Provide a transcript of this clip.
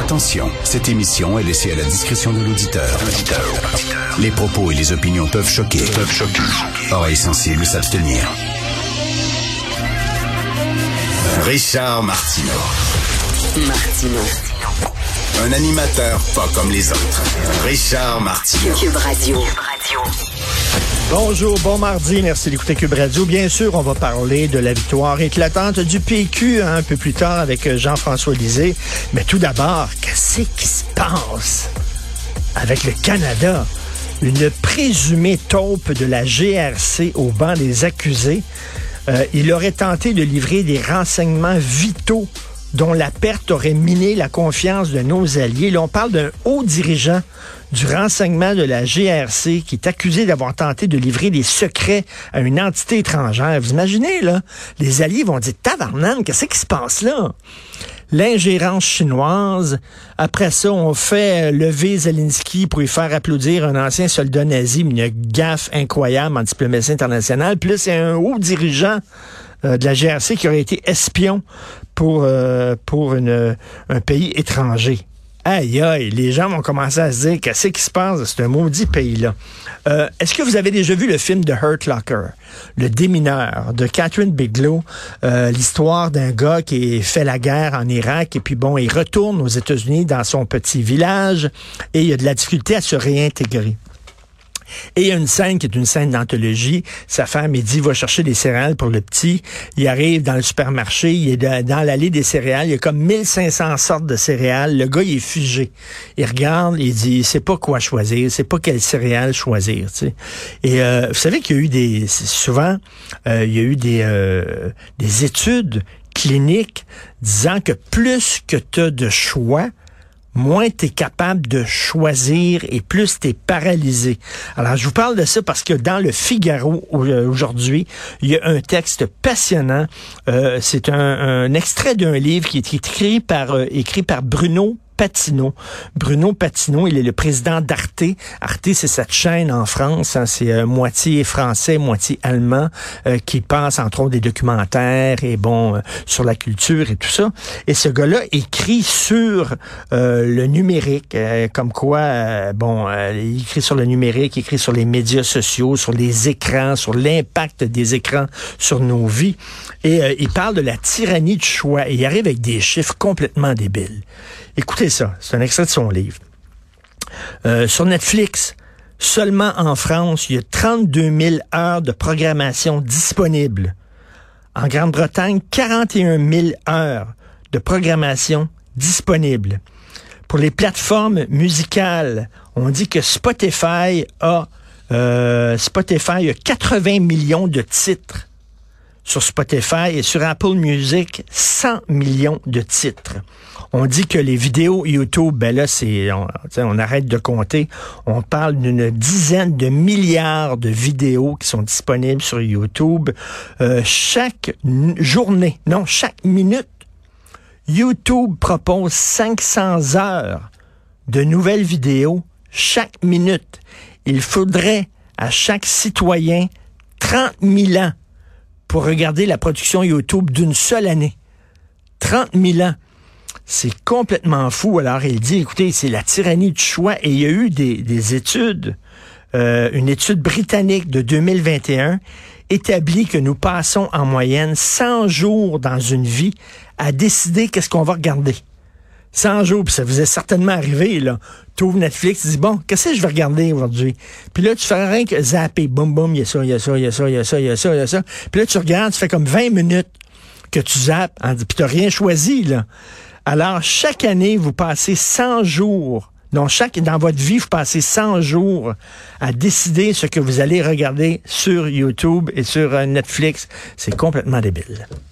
Attention, cette émission est laissée à la discrétion de l'auditeur. Les propos et les opinions peuvent choquer. Oreilles sensibles s'abstenir. Richard Martineau. Un animateur pas comme les autres. Richard Martineau. Cube Radio. Bonjour, bon mardi, merci d'écouter Cube Radio. Bien sûr, on va parler de la victoire éclatante du PQ un peu plus tard avec Jean-François Lisée. Mais tout d'abord, qu'est-ce qui se passe avec le Canada? Une présumée taupe de la GRC au banc des accusés. Il aurait tenté de livrer des renseignements vitaux dont la perte aurait miné la confiance de nos alliés. Là, on parle d'un haut dirigeant du renseignement de la GRC qui est accusé d'avoir tenté de livrer des secrets à une entité étrangère. Vous imaginez, là, les alliés vont dire « Tabarnane, qu'est-ce qui se passe là? » L'ingérence chinoise. Après ça, on fait lever Zelensky pour lui faire applaudir un ancien soldat nazi, une gaffe incroyable en diplomatie internationale. Puis là, c'est un haut dirigeant de la GRC qui aurait été espion pour un pays étranger. Aïe, aïe, les gens vont commencer à se dire qu'est-ce qui se passe dans ce maudit pays-là. Est-ce que vous avez déjà vu le film de Hurt Locker, Le Démineur, de Catherine Bigelow, l'histoire d'un gars qui fait la guerre en Irak et puis bon, il retourne aux États-Unis dans son petit village et il a de la difficulté à se réintégrer. Et il y a une scène qui est une scène d'anthologie. Sa femme, il dit, va chercher des céréales pour le petit. Il arrive dans le supermarché, il est dans l'allée des céréales. Il y a comme 1500 sortes de céréales. Le gars, il est figé. Il regarde, il dit, il sait pas quoi choisir, il sait pas quelle céréale choisir, tu sais. Et vous savez qu'il y a eu des études cliniques disant que plus que tu as de choix, moins tu es capable de choisir et plus tu es paralysé. Alors, je vous parle de ça parce que dans le Figaro, aujourd'hui, il y a un texte passionnant. C'est un extrait d'un livre qui est écrit par Bruno Patino. Bruno Patino, il est le président d'Arte. Arte, c'est cette chaîne en France, hein, c'est moitié français, moitié allemand, qui passe entre autres des documentaires et sur la culture et tout ça. Et ce gars-là écrit sur le numérique, comme quoi, il écrit sur le numérique, il écrit sur les médias sociaux, sur les écrans, sur l'impact des écrans sur nos vies. Et il parle de la tyrannie du choix. Et il arrive avec des chiffres complètement débiles. Écoutez ça, c'est un extrait de son livre. Sur Netflix, seulement en France, il y a 32 000 heures de programmation disponibles. En Grande-Bretagne, 41 000 heures de programmation disponibles. Pour les plateformes musicales, on dit que Spotify a 80 millions de titres sur Spotify et sur Apple Music, 100 millions de titres. On dit que les vidéos YouTube, on arrête de compter. On parle d'une dizaine de milliards de vidéos qui sont disponibles sur YouTube. Chaque minute, YouTube propose 500 heures de nouvelles vidéos chaque minute. Il faudrait à chaque citoyen 30 000 ans pour regarder la production YouTube d'une seule année. 30 000 ans. C'est complètement fou. Alors, il dit, écoutez, c'est la tyrannie du choix. Et il y a eu des études, une étude britannique de 2021 établit que nous passons en moyenne 100 jours dans une vie à décider qu'est-ce qu'on va regarder. 100 jours, puis ça vous est certainement arrivé, là. Tu ouvres Netflix, tu dis, bon, qu'est-ce que je vais regarder aujourd'hui? Puis là, tu fais rien que zapper. Boum, boum, il y a ça, il y a ça, il y a ça, il y a ça, il y a ça, il y a ça. Puis là, tu regardes, tu fais comme 20 minutes que tu zappes, puis tu n'as rien choisi, là. Alors, chaque année, vous passez 100 jours. Donc, dans votre vie, vous passez 100 jours à décider ce que vous allez regarder sur YouTube et sur Netflix. C'est complètement débile.